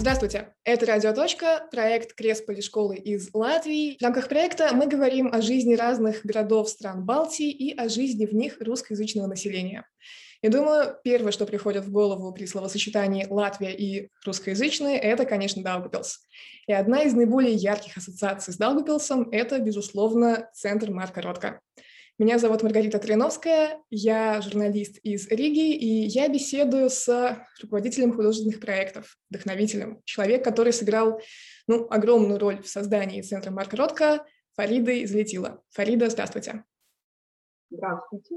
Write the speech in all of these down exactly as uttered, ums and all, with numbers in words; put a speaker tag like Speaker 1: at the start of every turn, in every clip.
Speaker 1: Здравствуйте, это «Радио Точка», проект Кресполи школы из Латвии. В рамках проекта мы говорим о жизни разных городов стран Балтии и о жизни в них русскоязычного населения. Я думаю, первое, что приходит в голову при словосочетании «Латвия» и «русскоязычные», это, конечно, Даугавпилс. И одна из наиболее ярких ассоциаций с Даугавпилсом – это, безусловно, центр Марка Ротко. Меня зовут Маргарита Троиновская, я журналист из Риги, и я беседую с руководителем художественных проектов, вдохновителем, человек, который сыграл ну, огромную роль в создании центра Марка Ротко, Фаридой Залетила. Фарида, здравствуйте.
Speaker 2: Здравствуйте.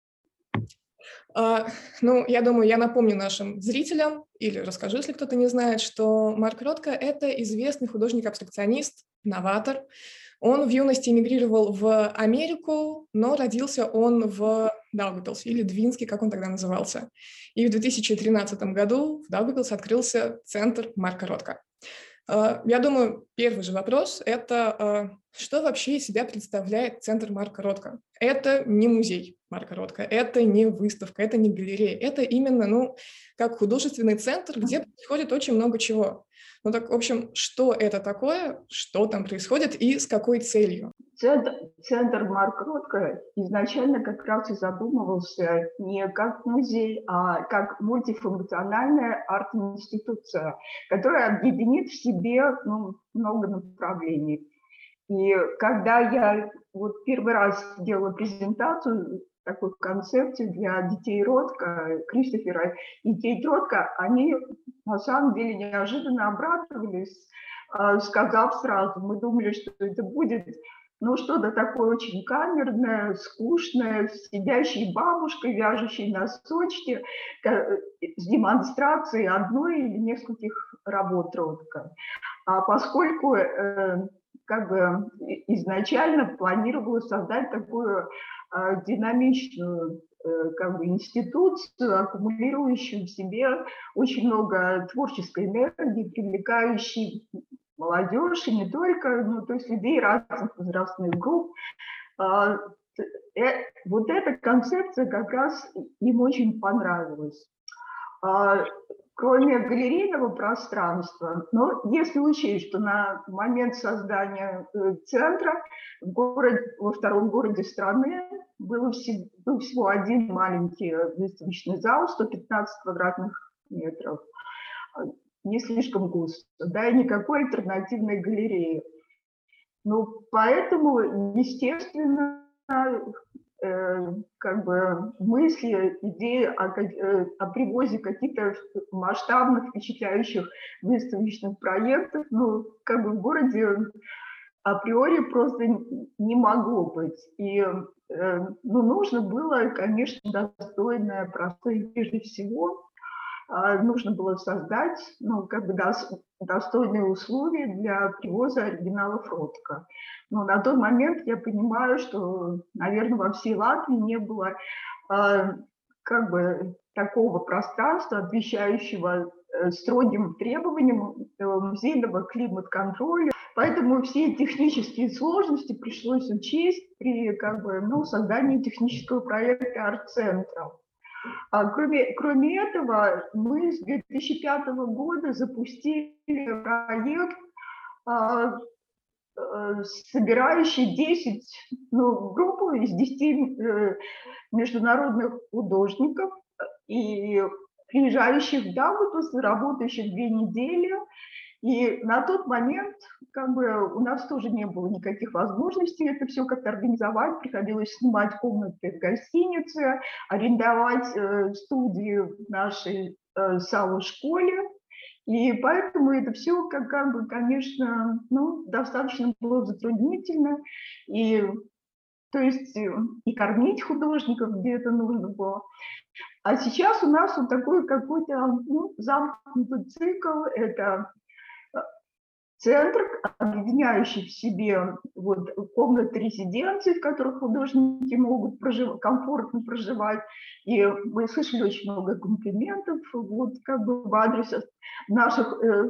Speaker 1: Uh, ну, я думаю, я напомню нашим зрителям, или расскажу, если кто-то не знает, что Марк Ротко – это известный художник-абстракционист, новатор. Он в юности эмигрировал в Америку, но родился он в Даугавпилсе, или Двинске, как он тогда назывался. И в две тысячи тринадцатом году в Даугавпилсе открылся центр Марка Ротко. Uh, я думаю, первый же вопрос – это uh, что вообще из себя представляет центр Марка Ротко? Это не музей Марка Ротко, это не выставка, это не галерея, это именно, ну, как художественный центр, где происходит очень много чего. Ну так, в общем, что это такое, что там происходит и с какой целью?
Speaker 2: Центр, центр Марка Ротко изначально как раз и задумывался не как музей, а как мультифункциональная арт-институция, которая объединит в себе ну, много направлений. И когда я вот первый раз делала презентацию такой концепции для детей Ротко, Кристофера и детей Ротко, они на самом деле неожиданно обрадовались, сказав сразу, мы думали, что это будет ну, что-то такое очень камерное, скучное, с сидящей бабушкой, вяжущей носочки, с демонстрацией одной или нескольких работ Ротко. А поскольку э, как бы изначально планировалось создать такую э, динамичную э, как бы институцию, аккумулирующую в себе очень много творческой энергии, привлекающей молодежь, и не только, ну, то есть людей разных возрастных групп. Э, э, вот эта концепция как раз им очень понравилась. Э, Кроме галерейного пространства, но если учесть, что на момент создания центра в город, во втором городе страны было всего, был всего один маленький выставочный зал, сто пятнадцать квадратных метров, не слишком густо, да, и никакой альтернативной галереи. Ну, поэтому, естественно, как бы мысли, идеи о, о привозе каких-то масштабных, впечатляющих выставочных проектов, ну, как бы в городе априори просто не могло быть. И ну, нужно было, конечно, достойное, простое прежде всего, нужно было создать ну, как бы достойные условия для привоза оригиналов Ротко. Но на тот момент я понимаю, что, наверное, во всей Латвии не было как бы такого пространства, отвечающего строгим требованиям музейного климат-контроля. Поэтому все технические сложности пришлось учесть при как бы, ну, создании технического проекта арт-центра. А кроме, кроме этого, мы с две тысячи пятого года запустили проект, а, а, собирающий десять, ну, группу из десяти э, международных художников и приезжающих в Даугавпилс, работающих две недели. И на тот момент как бы, у нас тоже не было никаких возможностей это все как-то организовать. Приходилось снимать комнаты в гостинице, арендовать э, студию в нашей э, сало-школе. И поэтому это все, как, как бы, конечно, ну, достаточно было затруднительно. И, то есть и кормить художников, где это нужно было. А сейчас у нас вот такой какой-то ну, замкнутый цикл. Это центр, объединяющий в себе вот, комнаты резиденции, в которых художники могут прожив... комфортно проживать. И мы слышали очень много комплиментов вот, как бы в адрес наших э,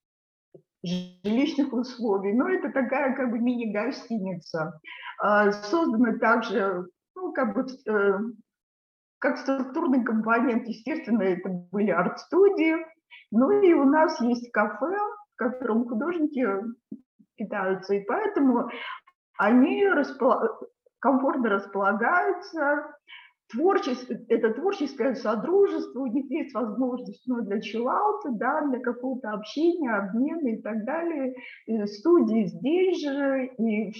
Speaker 2: жилищных условий. Но это такая как бы мини-гостиница. Э, создана также ну, как бы, э, как структурный компонент, естественно, это были арт-студии. Ну и у нас есть кафе, в котором художники питаются, и поэтому они распол... комфортно располагаются. Творчество, это творческое содружество, у них есть возможность, ну, для чиллаута, да, для какого-то общения, обмена и так далее. И студии здесь же, и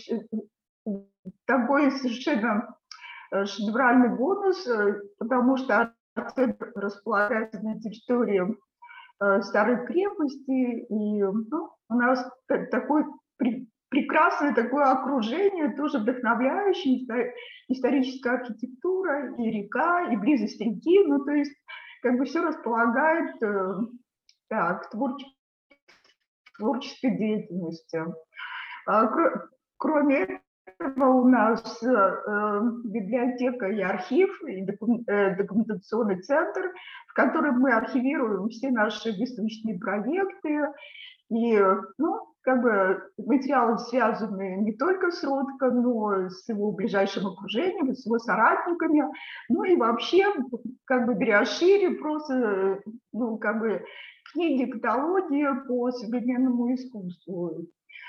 Speaker 2: такой совершенно шедевральный бонус, потому что центр располагается на территории старой крепости, и ну, у нас такой прекрасное такое окружение, тоже вдохновляющее, историческая архитектура, и река, и близость реки, ну, то есть как бы все располагает да, к творче- творческой деятельности. А, кро- Кроме этого у нас э, библиотека и архив, и докум- э, документационный центр, в котором мы архивируем все наши выставочные проекты, и, ну, как бы материалы связаны не только с Ротко, но и с его ближайшим окружением, с его соратниками, ну и вообще, как бы беря шире, просто, ну, как бы книги, каталоги по современному искусству.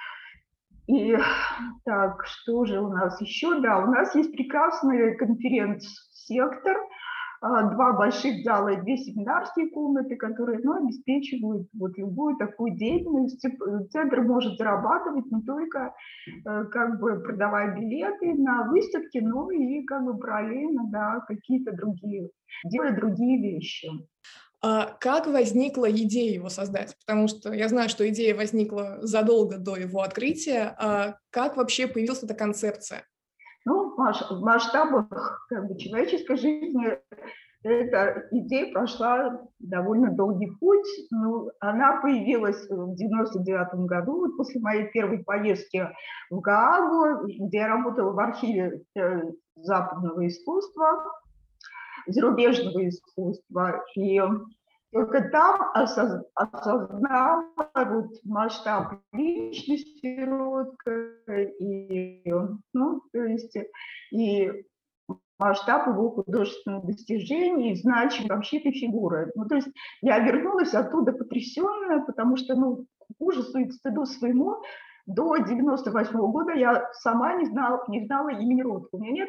Speaker 2: И так, что же у нас еще? Да, у нас есть прекрасный конференц-сектор, два больших зала и две семинарские комнаты, которые, ну, обеспечивают вот любую такую деятельность. Центр может зарабатывать не только как бы продавая билеты на выставки, но и как бы параллельно, да, какие-то другие, делая другие вещи.
Speaker 1: А как возникла идея его создать? Потому что я знаю, что идея возникла задолго до его открытия. А как вообще появилась эта концепция?
Speaker 2: Ну, в масштабах как бы человеческой жизни эта идея прошла довольно долгий путь. Ну, она появилась в девяносто девятом году, вот после моей первой поездки в Гаагу, где я работала в архиве западного искусства, зарубежного искусства. И только там осоз... осознала вот масштаб личности Ротко и, ну, то есть, и масштаб его художественных достижений, значимость вообще этой фигуры. Ну, то есть я вернулась оттуда потрясенная, потому что, ну, к ужасу и к стыду своему до девяносто восьмого года я сама не знала, не знала имени Ротко. У меня нет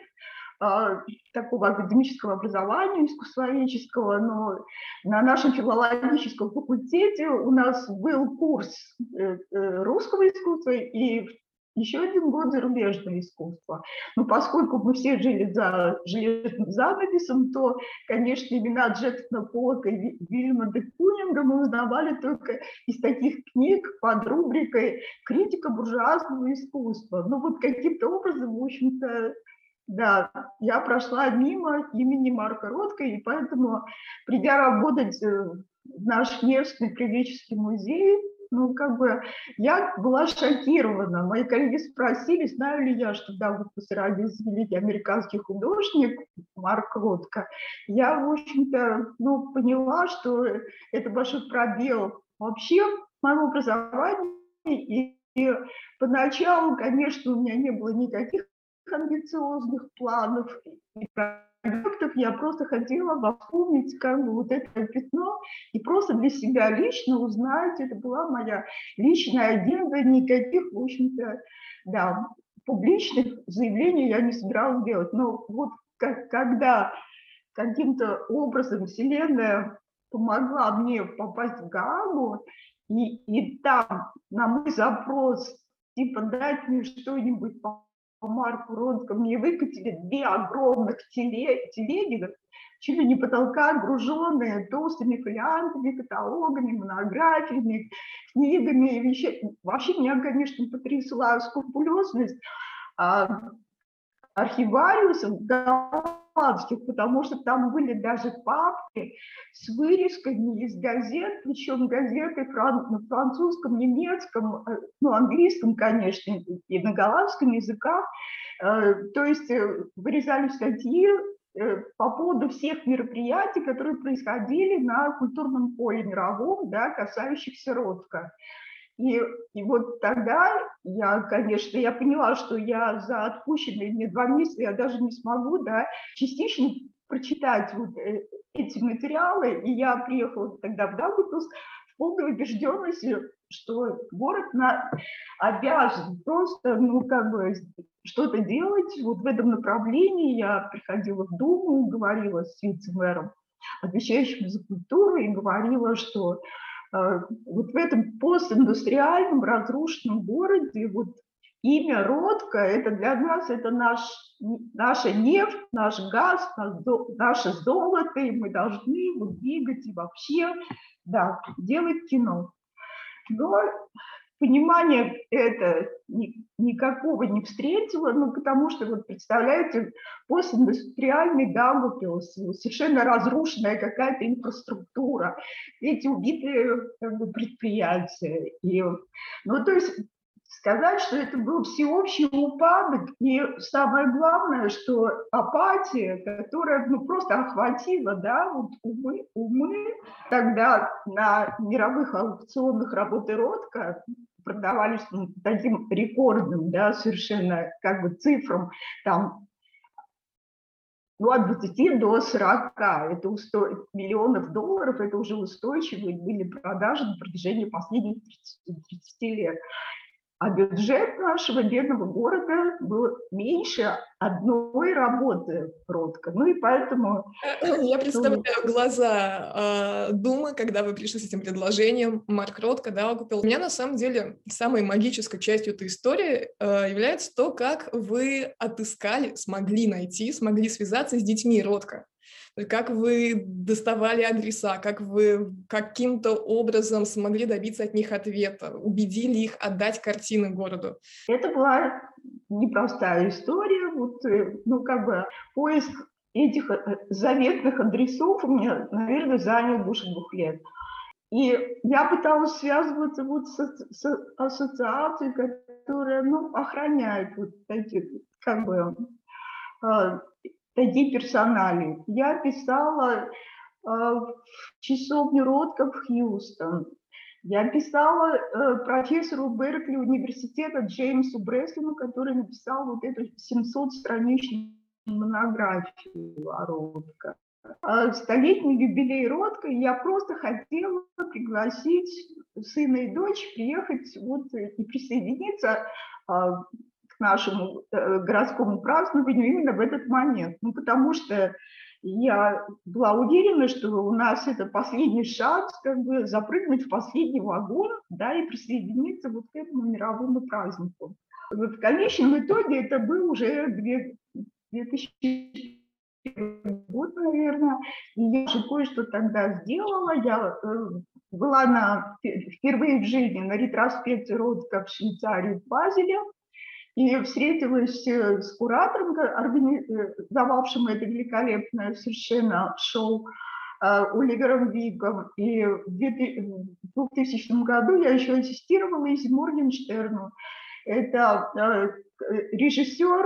Speaker 2: а, такого академического образования искусствоведческого, но на нашем филологическом факультете у нас был курс э, э, русского искусства и еще один год зарубежное искусство. Но поскольку мы все жили за железным занавесом, то, конечно, имена Джексона Поллока и Вильяма де Кунинга мы узнавали только из таких книг под рубрикой «Критика буржуазного искусства». Ну вот каким-то образом, в общем-то, да, я прошла мимо имени Марка Ротко, и поэтому, придя работать в наш местный краеведческий музей, ну, как бы, я была шокирована. Мои коллеги спросили, знаю ли я, что в Давосе родился великий американский художник Марк Ротко. Я, в общем-то, ну, поняла, что это большой пробел вообще в моем образовании. И, и поначалу, конечно, у меня не было никаких амбициозных планов и проектов, я просто хотела восполнить как бы вот это пятно и просто для себя лично узнать, это была моя личная агенда, никаких, в общем-то, да, публичных заявлений я не собиралась делать. Но вот как, когда каким-то образом Вселенная помогла мне попасть в Гаагу, и, и там на мой запрос, типа, дать мне что-нибудь по по Марку Ротко, мне выкатили две огромных телеги, чуть ли не потолка, груженные толстыми фолиантами, каталогами, монографиями, книгами. Вещи. Вообще меня, конечно, потрясла скрупулезность а, архивариусов голландских, потому что там были даже папки с вырезками из газет, причем газеты на французском, немецком, ну, английском, конечно, и на голландском языках. То есть вырезали статьи по поводу всех мероприятий, которые происходили на культурном поле мировом, да, касающихся Ротко. И, и вот тогда я, конечно, я поняла, что я за отпущенные мне два месяца я даже не смогу, да, частично прочитать вот эти материалы, и я приехала тогда в Даугавпилс в полной убежденности, что город на, обязан просто, ну, как бы, что-то делать вот в этом направлении. Я приходила в Думу, говорила с вице-мэром, отвечающим за культуру, и говорила, что э, вот в этом постиндустриальном разрушенном городе вот имя Родко – это для нас, это наш, наша нефть, наш газ, наш, наше золото, и мы должны вот двигать и вообще, да, делать кино. Но понимания это ни, никакого не встретила, ну, потому что, вот представляете, постиндустриальный Даугавпилс, совершенно разрушенная какая-то инфраструктура, эти убитые, как бы, предприятия. И, ну, то есть сказать, что это был всеобщий упадок, и самое главное, что апатия, которая, ну, просто охватила, да, вот умы, умы, тогда на мировых аукционах работы Родко продавались, ну, таким рекордным, да, совершенно, как бы, цифрам, там, ну, от двадцати до сорока, это усто... миллионов долларов, это уже устойчивые были продажи на протяжении последних тридцати лет. А бюджет нашего бедного города был меньше одной работы Родко. Ну и поэтому...
Speaker 1: Я представляю глаза э, Думы, когда вы пришли с этим предложением. Марк Родко, да, купил. У меня на самом деле самой магической частью этой истории э, является то, как вы отыскали, смогли найти, смогли связаться с детьми Родко. Как вы доставали адреса, как вы каким-то образом смогли добиться от них ответа, убедили их отдать картины городу.
Speaker 2: Это была непростая история. Вот, ну, как бы поиск этих заветных адресов у меня, наверное, занял больше двух лет. И я пыталась связываться вот с, с ассоциацией, которая, ну, охраняет вот такие, как бы, такие персонали. Я писала э, в часовню Родко в Хьюстон. Я писала э, профессору Беркли университета Джеймсу Бреслину, который написал вот эту семисотстраничную монографию о Родко. А столетний юбилей Родко, я просто хотела пригласить сына и дочь приехать вот и присоединиться а, к нашему э, городскому празднованию именно в этот момент. Ну, потому что я была уверена, что у нас это последний шанс, как бы, запрыгнуть в последний вагон, да, и присоединиться вот к этому мировому празднику. Вот в конечном итоге это был уже две тысячи год, наверное, и я уже кое-что тогда сделала. Я э, была на, впервые в жизни на ретроспекции Родко в Швейцарии, в Базеле, и встретилась с куратором, организовавшим это великолепное совершенно шоу, Оливером Вигом. И в двухтысячном году я еще ассистировала Изи Моргенштерну. Это режиссер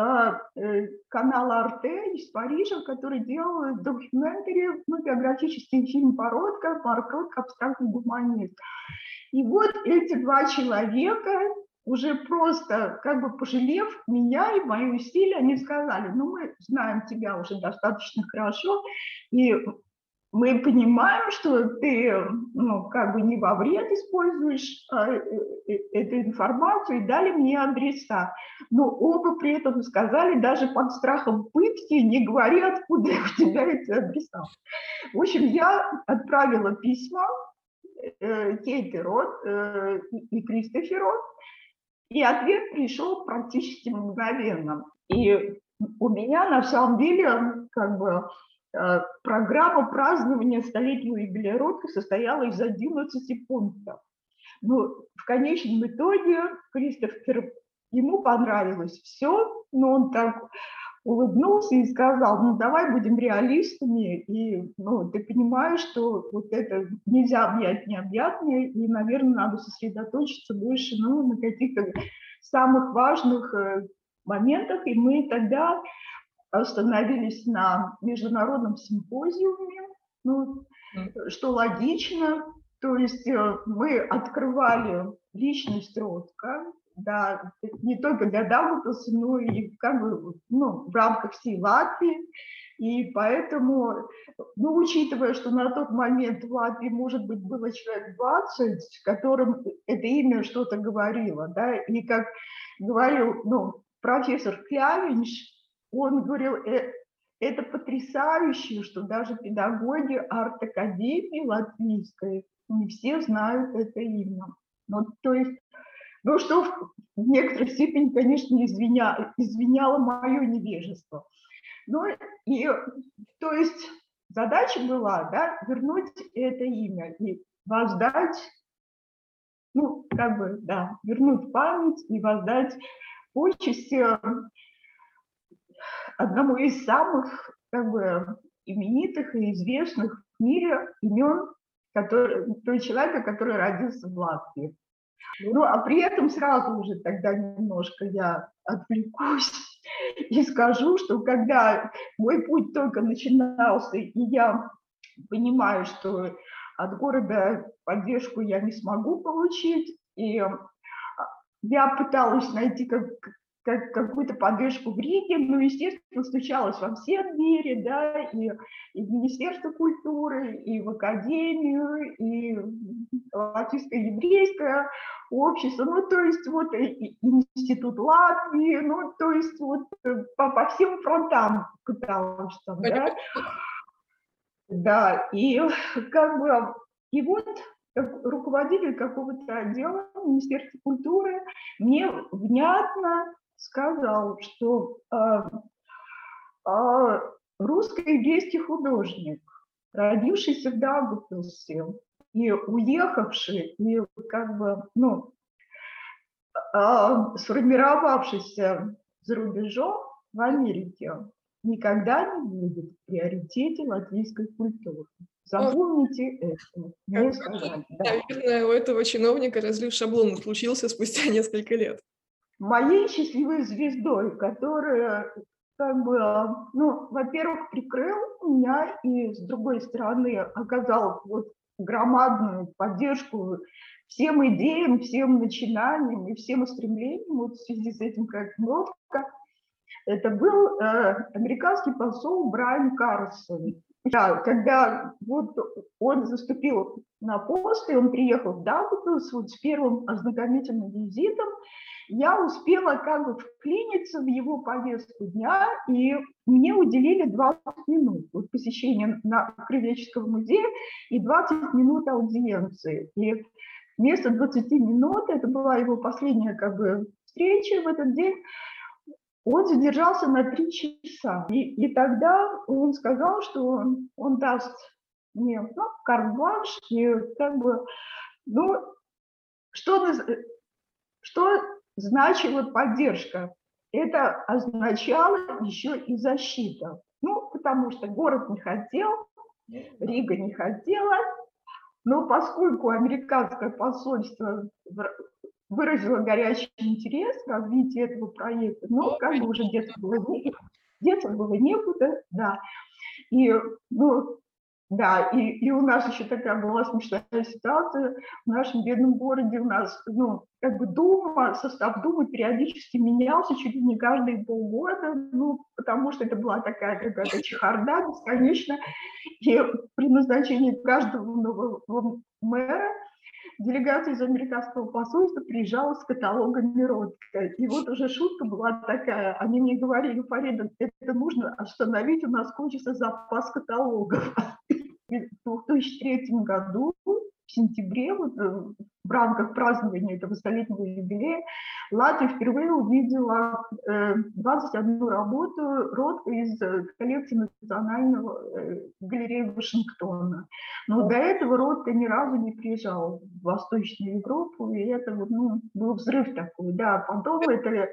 Speaker 2: канала Арте из Парижа, который делал документари, ну, биографический фильм по Родко, Марк Родко, абстрактный гуманист. И вот эти два человека, уже просто, как бы пожалев меня и мои усилия, они сказали: ну, мы знаем тебя уже достаточно хорошо, и мы понимаем, что ты, ну, как бы не во вред используешь а, эту информацию, и дали мне адреса. Но оба при этом сказали, даже под страхом пытки: не говори, откуда у тебя эти адреса. В общем, я отправила письма э, Кейти Рот э, и Кристофер Рот, и ответ пришел практически мгновенно. И у меня на самом деле, как бы, программа празднования столетнего юбилея Родко состояла из одиннадцати пунктов. Ну, в конечном итоге Кристофер, ему понравилось все, но он так улыбнулся и сказал: ну, давай будем реалистами, и, ну, ты понимаешь, что вот это нельзя объять необъятное, и, наверное, надо сосредоточиться больше, ну, на каких-то самых важных моментах, и мы тогда остановились на международном симпозиуме, ну, что логично, то есть мы открывали личность Родко, да, не только для Даугавпилса, но и, как бы, ну, в рамках всей Латвии. И поэтому, ну, учитывая, что на тот момент в Латвии, может быть, было человек двадцать, которым это имя что-то говорило, да, и как говорил, ну, профессор Клявинш, он говорил, э, это потрясающе, что даже педагоги арт-академии латвийской не все знают это имя. Ну, то есть, ну, что в некоторой степени, конечно, извиня, извиняло мое невежество. Ну, и, то есть, задача была, да, вернуть это имя и воздать, ну, как бы, да, вернуть память и воздать почести одному из самых, как бы, именитых и известных в мире имен, который, той человека, который родился в Латвии. Ну, а при этом сразу уже тогда немножко я отвлекусь и скажу, что когда мой путь только начинался, и я понимаю, что от города поддержку я не смогу получить, и я пыталась найти как, как, какую-то поддержку в Риге, но, естественно, стучалась во все двери, да, и, и в Министерство культуры, и в Академию, и Латвийское еврейское общество, ну, то есть вот и Институт Латвии, ну, то есть вот по, по всем фронтам пыталась там, да. Да, и как бы, и вот руководитель какого-то отдела Министерства культуры мне внятно сказал, что э, э, русско-еврейский художник, родившийся в Даугавпилсе и уехавший, и как бы, ну, э, сформировавшийся за рубежом в Америке, никогда не будет в приоритете латвийской культуры. Запомните это. Мне сказали, да.
Speaker 1: Наверное, у этого чиновника разлив шаблона случился спустя несколько лет.
Speaker 2: Моей счастливой звездой, которая, как бы, ну, во-первых, прикрыл меня и, с другой стороны, оказал вот громадную поддержку всем идеям, всем начинаниям и всем устремлениям вот в связи с этим проектом «Лодка», это был э, американский посол Брайан Карлсон. Да, когда вот он заступил на пост, и он приехал в Даугавпилс вот с первым ознакомительным визитом, я успела как бы вклиниться в его повестку дня, и мне уделили двадцать минут вот, посещения на Краеведческого музея и двадцать минут аудиенции. И вместо двадцати минут, это была его последняя как бы встреча в этот день, он задержался на три часа. И, и тогда он сказал, что он, он даст мне, ну, карт-бланш, и как бы, ну, что, что значила поддержка? Это означало еще и защита. Ну, потому что город не хотел, Рига не хотела, но поскольку американское посольство выразила горячий интерес в развитии этого проекта, но как бы уже деться было, не, деться было некуда, да. И, ну, да, и, и у нас еще такая была смешная ситуация в нашем бедном городе. У нас, ну, как бы Дума, состав Думы периодически менялся чуть ли не каждые полгода, ну, потому что это была такая какая-то чехарда бесконечно. И при назначении каждого нового мэра делегация из американского посольства приезжала с каталогами Ротко. И вот уже шутка была такая. Они мне говорили: Фарида, это нужно остановить, у нас кончится запас каталогов. В две тысячи третьем году, в сентябре, вот, в рамках празднования этого столетнего юбилея, Латвия впервые увидела э, двадцать одну работу Ротко из коллекции Национального э, галереи Вашингтона. Но до этого Ротко ни разу не приезжал в Восточную Европу, и это вот, ну, был взрыв такой. Да, потом это, э,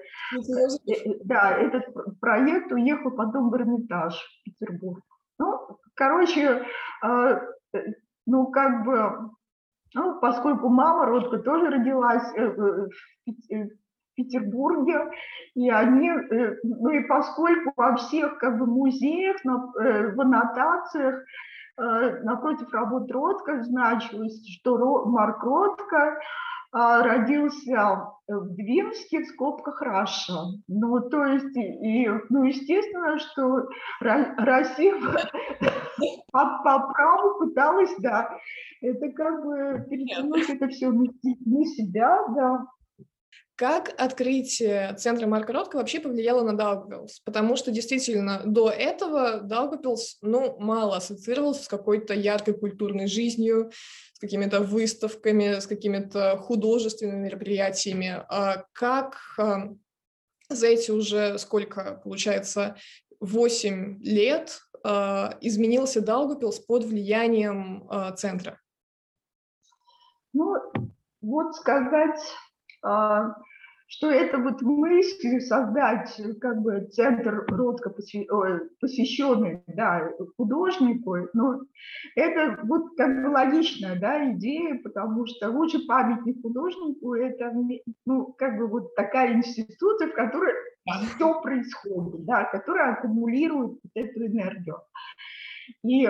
Speaker 2: да, этот проект уехал потом в Эрмитаж, в Петербург. Ну, короче, э, ну, как бы, ну, поскольку мама Ротко тоже родилась э, в, в Петербурге, и они, э, ну, и поскольку во всех, как бы, музеях, на, э, в аннотациях э, напротив работ Ротко значилось, что Ро, Марк Ротко а, родился в Двинске, в скобках Раша. Ну, то есть, и, ну, естественно, что Россия по, по праву пыталась, да, это как бы перетянуть это все на, на себя, да.
Speaker 1: Как открытие центра Марка Ротко вообще повлияло на Даугавпилс? Потому что действительно до этого Даугавпилс, ну, мало ассоциировался с какой-то яркой культурной жизнью, с какими-то выставками, с какими-то художественными мероприятиями. А как а, за эти уже сколько, получается, восемь лет а, изменился Даугавпилс под влиянием а, центра?
Speaker 2: Ну, вот сказать, а, что это вот мысль создать как бы центр Ротко, посвященный, да, художнику, ну, это вот как бы логичная, да, идея, потому что лучший памятник художнику – это, ну, как бы вот такая институция, в которой все происходит, да, которая аккумулирует вот эту энергию. И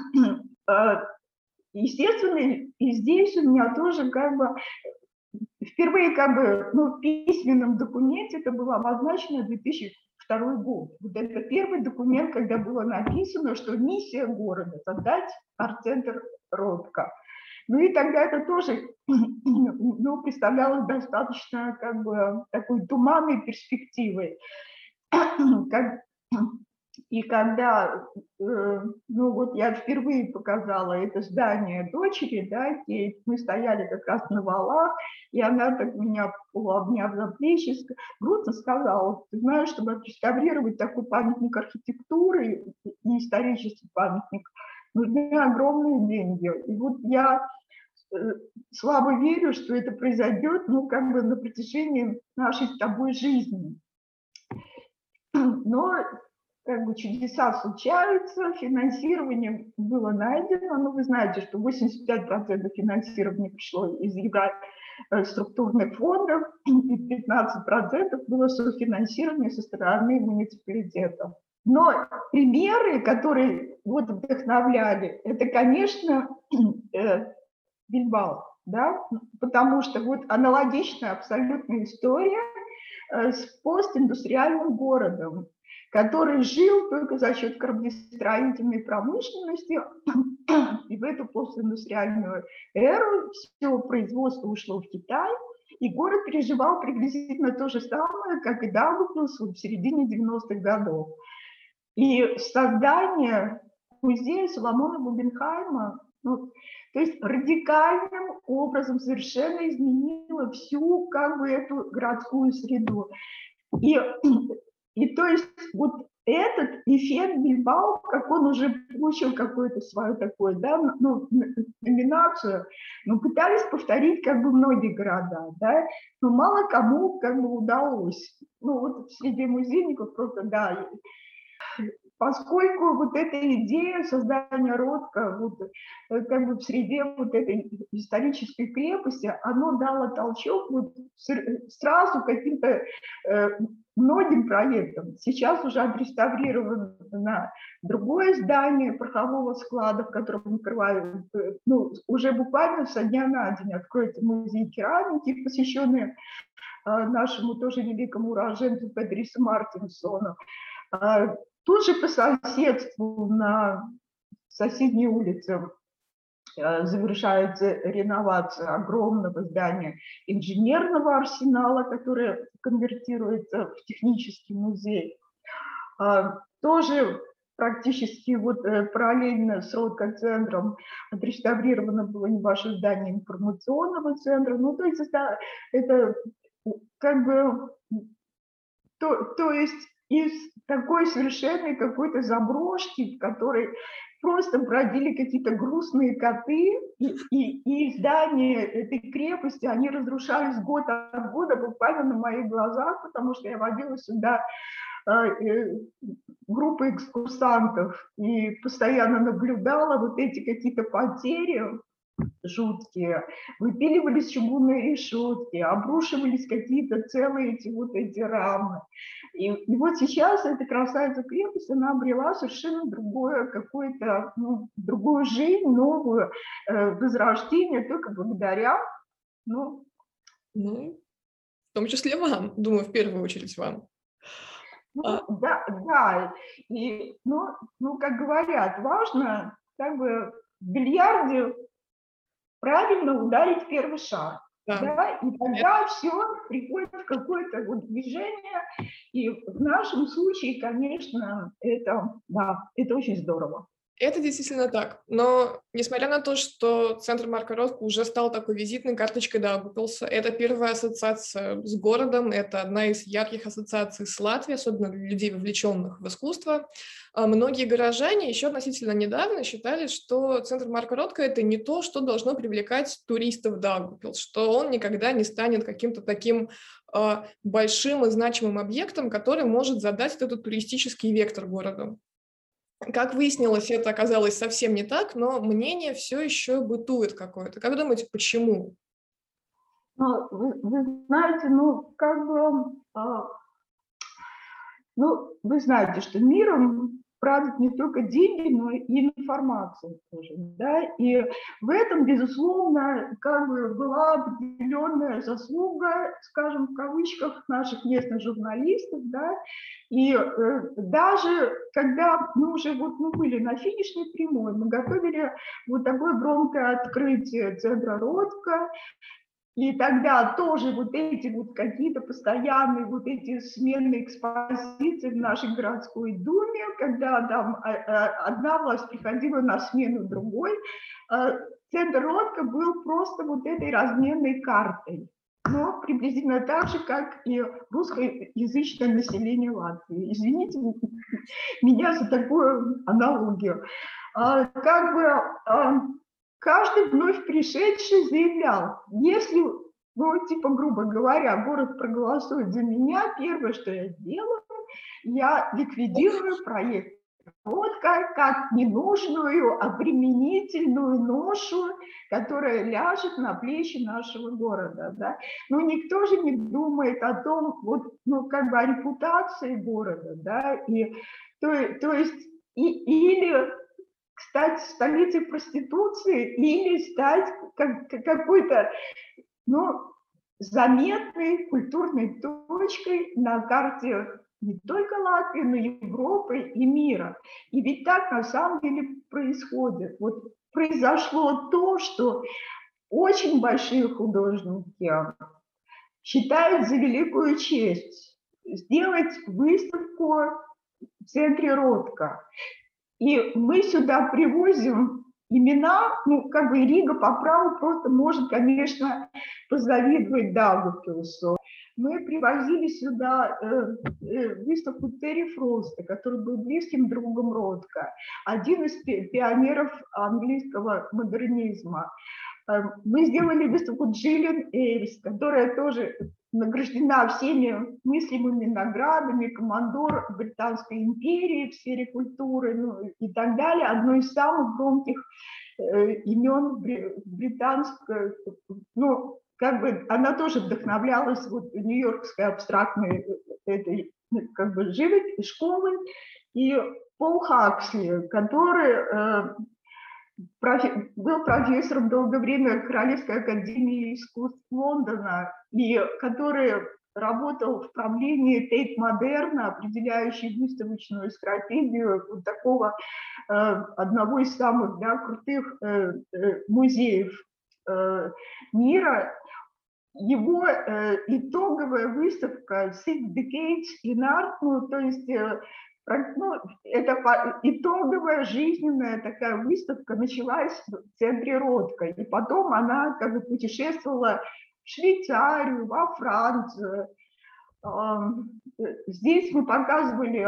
Speaker 2: естественно, и здесь у меня тоже как бы впервые как бы, ну, в письменном документе это было обозначено две тысячи второй год. Вот это первый документ, когда было написано, что миссия города – создать арт-центр Ротко. Ну и тогда это тоже, ну, представлялось достаточно как бы такой туманной перспективой. Как, и когда, э, ну вот я впервые показала это здание дочери, да, и мы стояли как раз на валах, и она так меня, обняв за плечи, грустно сказала: ты знаешь, чтобы отреставрировать такой памятник архитектуры и исторический памятник, нужны огромные деньги. И вот я слабо верю, что это произойдет, ну, как бы на протяжении нашей с тобой жизни. Но как бы чудеса случаются, финансирование было найдено, но вы знаете, что восемьдесят пять процентов финансирования пришло из евро структурных фондов, и пятнадцать процентов было софинансирование со стороны муниципалитетов. Но примеры, которые вот вдохновляли, это, конечно, Бильбао, да, потому что вот аналогичная абсолютная история с постиндустриальным городом, который жил только за счет кораблестроительной промышленности, и в эту постиндустриальную эру все производство ушло в Китай, и город переживал приблизительно то же самое, как и Даугавпилс в середине девяностых годов. И создание музея Соломона Гугенхайма, ну, то есть радикальным образом совершенно изменило всю как бы эту городскую среду. И, и то есть вот этот эффект Бильбао, как он уже получил какую-то свою такую, да, ну, номинацию, ну, пытались повторить как бы многие города, да, но мало кому как бы удалось. Ну, вот среди музейников просто, да, поскольку вот эта идея создания Ротко вот, как бы в среде вот этой исторической крепости, оно дало толчок вот сразу каким-то э, многим проектам. Сейчас уже отреставрировано другое здание порохового склада, в котором открывают, ну, уже буквально со дня на день откроется музей керамики, посвященный э, нашему тоже великому уроженцу Педрису Мартинсону. Тут же по соседству на соседней улице завершается реновация огромного здания инженерного арсенала, которое конвертируется в технический музей. Тоже практически вот параллельно с Ротко-центром отреставрировано было небольшое здание информационного центра. Ну, то есть это, это как бы, то, то есть из такой совершенной какой-то заброшки, в которой просто бродили какие-то грустные коты, и, и, и здания этой крепости, они разрушались год от года буквально на моих глазах, потому что я водила сюда э, группы экскурсантов и постоянно наблюдала вот эти какие-то потери жуткие, выпиливались чугунные решетки, обрушивались какие-то целые эти вот эти рамы. И, и вот сейчас эта красавица крепость, она обрела совершенно другое какое-то, ну, другую жизнь, новую, э, возрождение только благодаря, ну,
Speaker 1: Ну, в том числе вам, думаю, в первую очередь вам.
Speaker 2: Ну
Speaker 1: А,
Speaker 2: да, да. И, ну, ну, как говорят, важно как бы в бильярде правильно ударить первый шар,
Speaker 1: да.
Speaker 2: да, и тогда все приходит в какое-то вот движение, и в нашем случае, конечно, это, да, это очень здорово.
Speaker 1: Это действительно так. Но несмотря на то, что центр Марка Ротко уже стал такой визитной карточкой Даугавпилса, это первая ассоциация с городом, это одна из ярких ассоциаций с Латвией, особенно для людей, вовлеченных в искусство. А многие горожане еще относительно недавно считали, что центр Марка Ротко — это не то, что должно привлекать туристов в Даугавпилс, что он никогда не станет каким-то таким а, большим и значимым объектом, который может задать этот туристический вектор городу. Как выяснилось, это оказалось совсем не так, но мнение все еще бытует какое-то. Как думаете, почему?
Speaker 2: Но вы, вы знаете, ну, как бы, а, ну, вы знаете, что миром правят не только деньги, но и информация тоже, да, и в этом, безусловно, как бы была определенная заслуга, скажем, в кавычках, наших местных журналистов, да, и э, даже когда мы уже вот мы были на финишной прямой, мы готовили вот такое громкое открытие центра Ротко. И тогда тоже вот эти вот какие-то постоянные вот эти сменные экспозиции в нашей городской думе, когда там одна власть приходила на смену другой, центр Ротко был просто вот этой разменной картой. Но приблизительно так же, как и русскоязычное население Латвии. Извините меня за такую аналогию. Как бы каждый вновь пришедший заявлял, если, ну, типа, грубо говоря, город проголосует за меня, первое, что я сделаю, я ликвидирую проект Ротко как ненужную, обременительную ношу, которая ляжет на плечи нашего города. Да? Но никто же не думает о том, вот, ну, как бы о репутации города. Да? И, то, то есть, и, или стать столицей проституции или стать как, какой-то, ну, заметной культурной точкой на карте не только Латвии, но и Европы и мира. И ведь так на самом деле происходит. Вот произошло то, что очень большие художники считают за великую честь сделать выставку в центре Ротко. И мы сюда привозим имена, ну, как бы Рига по праву просто может, конечно, позавидовать Даугавпилсу. Мы привозили сюда э, э, выставку Терри Фроста, который был близким другом Ротко, один из пионеров английского модернизма. Мы сделали выставку Джиллиан Эйвис, которая тоже награждена всеми мыслимыми наградами, командор Британской империи в сфере культуры, ну, и так далее. Одно из самых громких э, имен британской, ну, как бы она тоже вдохновлялась вот нью-йоркской абстрактной этой, как бы, живописью, школой. И Пол Хаксли, который э, профи- был профессором долгое время Королевской академии искусств Лондона, и который работал в правлении Тейт Модерна, определяющей выставочную стратегию вот такого э, одного из самых, да, крутых э, э, музеев э, мира. Его э, итоговая выставка Six Decades in Art, ну, то есть э, ну, это итоговая жизненная такая выставка началась в центре Ротко, и потом она как бы путешествовала в Швейцарию, во Францию. Здесь мы показывали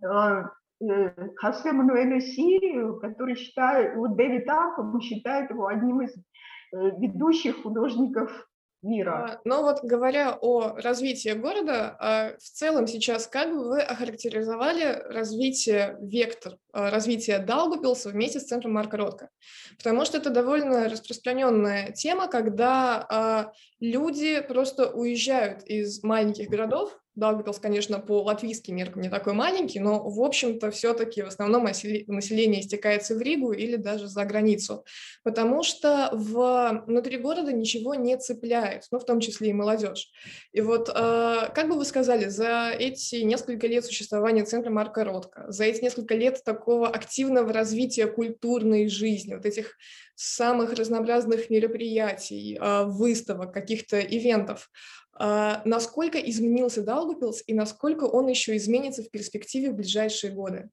Speaker 2: Хосе Мануэля Сирию, который считает, вот Дэвид Акком считает его одним из ведущих художников мира.
Speaker 1: Но вот говоря о развитии города, в целом сейчас как бы вы охарактеризовали развитие, вектор развития Даугавпилса вместе с центром Марка Ротко? Потому что это довольно распространенная тема, когда люди просто уезжают из маленьких городов Даугавпилс, конечно, по латвийским меркам не такой маленький, но, в общем-то, все-таки в основном население стекается в Ригу или даже за границу, потому что внутри города ничего не цепляет, ну, в том числе и молодежь. И вот, как бы вы сказали, за эти несколько лет существования центра Марка Ротко, за эти несколько лет такого активного развития культурной жизни, вот этих самых разнообразных мероприятий, выставок, каких-то ивентов, насколько изменился Даугавпилс и насколько он еще изменится в перспективе в ближайшие годы?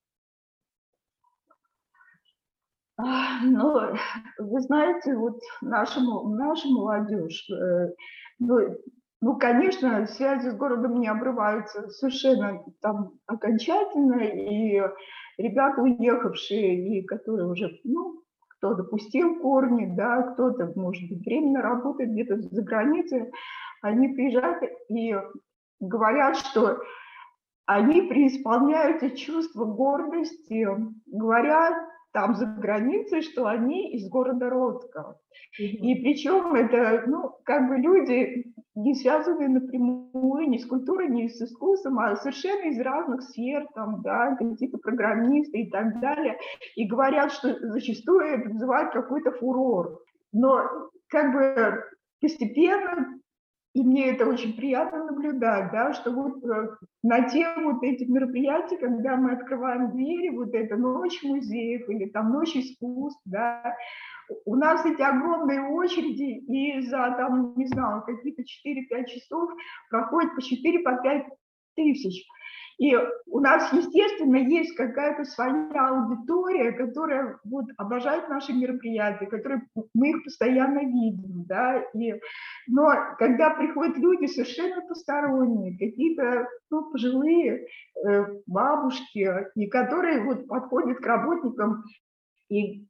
Speaker 2: Ну, вы знаете, вот наша, наша молодежь, ну, ну, конечно, связи с городом не обрываются совершенно там окончательно, и ребята, уехавшие, и которые уже, ну, кто-то пустил корни, да, кто-то, может быть, временно работает где-то за границей, они приезжают и говорят, что они преисполняются чувства гордости, говорят там за границей, что они из города Ротко. И причем это, ну, как бы люди, не связанные напрямую ни с культурой, ни с искусством, а совершенно из разных сфер, там, да, какие-то программисты и так далее, и говорят, что зачастую это вызывает какой-то фурор. Но как бы постепенно, и мне это очень приятно наблюдать, да, что вот э, на тему вот этих мероприятий, когда мы открываем двери, вот эта ночь музеев или там ночь искусств, да, у нас эти огромные очереди, и за там, не знаю, какие-то четыре-пять часов проходит по четыре-пять тысяч. И у нас, естественно, есть какая-то своя аудитория, которая вот обожает наши мероприятия, которые мы их постоянно видим, да, и, но когда приходят люди совершенно посторонние, какие-то, ну, пожилые э, бабушки, и которые вот подходят к работникам и,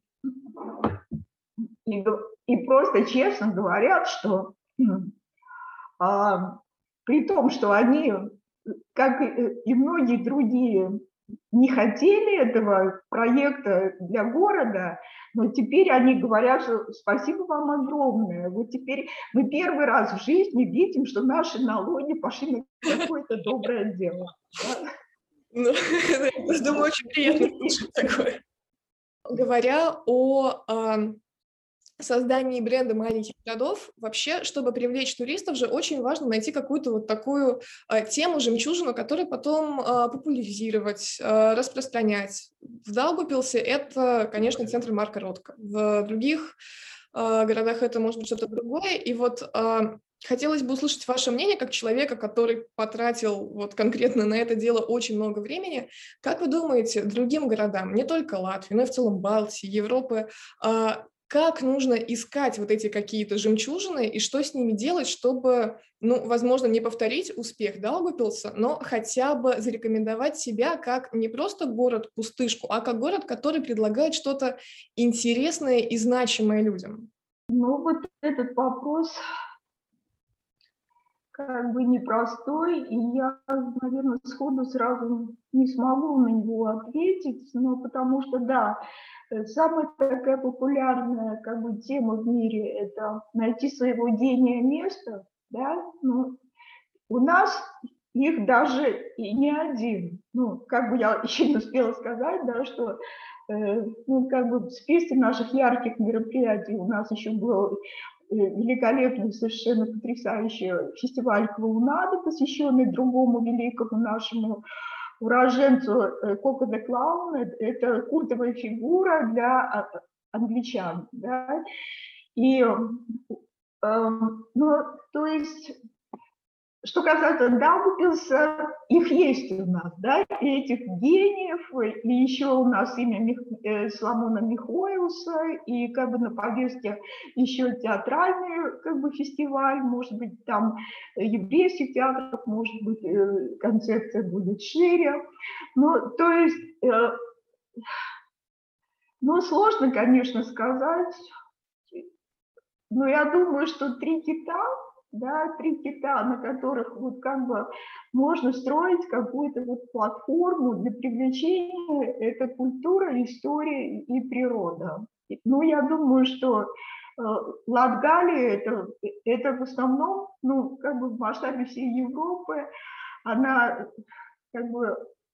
Speaker 2: и, и просто честно говорят, что а, при том, что они, как и многие другие, не хотели этого проекта для города, но теперь они говорят, что спасибо вам огромное. Вот теперь мы первый раз в жизни видим, что наши налоги пошли на какое-то доброе дело.
Speaker 1: Ну, думаю, очень приятно слышать такое. Говоря о создании бренда маленьких городов, вообще, чтобы привлечь туристов же, очень важно найти какую-то вот такую а, тему, жемчужину, которую потом а, популяризировать, а, распространять. В Даугавпилсе это, конечно, центр Марка Ротко. В других а, городах это может быть что-то другое. И вот а, хотелось бы услышать ваше мнение как человека, который потратил вот конкретно на это дело очень много времени. Как вы думаете, другим городам, не только Латвии, но и в целом Балтии, Европы, а, как нужно искать вот эти какие-то жемчужины и что с ними делать, чтобы, ну, возможно, не повторить успех Даугавпилса, но хотя бы зарекомендовать себя как не просто город-пустышку, а как город, который предлагает что-то интересное и значимое людям?
Speaker 2: Ну, вот этот вопрос как бы непростой, и я, наверное, сходу сразу не смогу на него ответить, но потому что, да, самая такая популярная как бы тема в мире – это найти своего гения место, да, ну, у нас их даже и не один. Ну, как бы я еще не успела сказать, да, что э, ну, как бы в списке наших ярких мероприятий у нас еще был великолепный, совершенно потрясающий фестиваль клоунады, посвященный другому великому нашему уроженцу Коко де Клаун. Это культовая фигура для англичан. Да? И, э, ну, то есть, что касается Даугавпилса, их есть у нас, да, и этих гениев, и еще у нас имя Мих... Соломона Михоэлса, и как бы на повестке еще театральный как бы фестиваль, может быть, там еврейских театров, может быть, концепция будет шире. Ну, то есть, э, ну, сложно, конечно, сказать, но я думаю, что три кита, да, три кита, на которых вот как бы можно строить какую-то вот платформу для привлечения, это культура, история и природа. Ну, я думаю, что э, Латгалия это, это в основном, ну, как бы в масштабе всей Европы, она как бы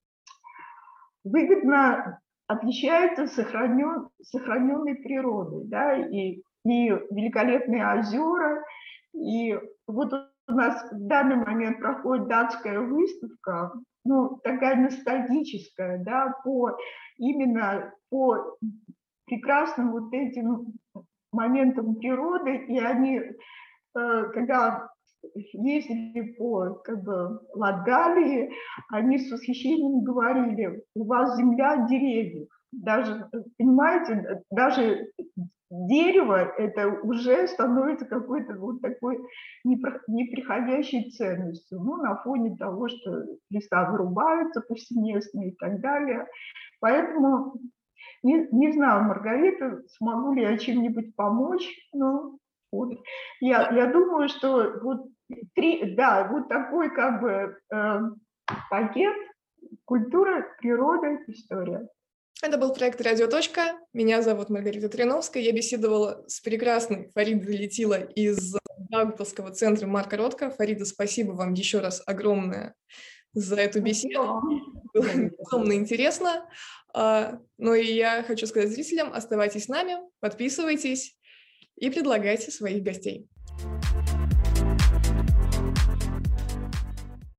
Speaker 2: выгодно отличается сохранен, сохраненной природой, да, и, и великолепные озера, и вот у нас в данный момент проходит датская выставка, ну, такая ностальгическая, да, по, именно по прекрасным вот этим моментам природы, и они, когда ездили по как бы Латгалии, они с восхищением говорили: у вас земля деревьев. Даже, понимаете, даже дерево это уже становится какой-то вот такой неприходящей ценностью, ну, на фоне того, что леса вырубаются повсеместно и так далее. Поэтому не, не знаю, Маргарита, смогу ли я чем-нибудь помочь, но вот я, я думаю, что вот три, да, вот такой как бы э, пакет: культура, природа, история.
Speaker 1: Это был проект «Радио. Меня зовут Маргарита Триновская. Я беседовала с прекрасной Фаридой Летила из Даугавпилского центра Марка Ротко. Фарида, спасибо вам еще раз огромное за эту беседу. Было безумно интересно. Ну и я хочу сказать зрителям: оставайтесь с нами, подписывайтесь и предлагайте своих гостей.